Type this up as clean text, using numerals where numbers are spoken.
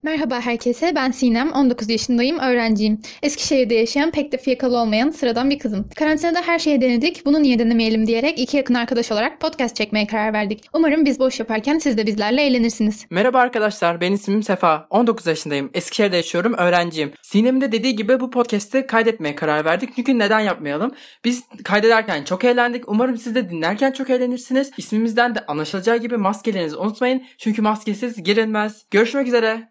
Merhaba herkese, ben Sinem, 19 yaşındayım, öğrenciyim. Eskişehir'de yaşayan pek de fiyakalı olmayan sıradan bir kızım. Karantinada her şeyi denedik, bunu niye denemeyelim diyerek iki yakın arkadaş olarak podcast çekmeye karar verdik. Umarım biz boş yaparken siz de bizlerle eğlenirsiniz. Merhaba arkadaşlar, benim ismim Sefa. 19 yaşındayım. Eskişehir'de yaşıyorum, öğrenciyim. Sinem'in de dediği gibi bu podcast'ı kaydetmeye karar verdik. Çünkü neden yapmayalım? Biz kaydederken çok eğlendik. Umarım siz de dinlerken çok eğlenirsiniz. İsmimizden de anlaşılacağı gibi maskelerinizi unutmayın. Çünkü maskesiz girilmez. Görüşmek üzere.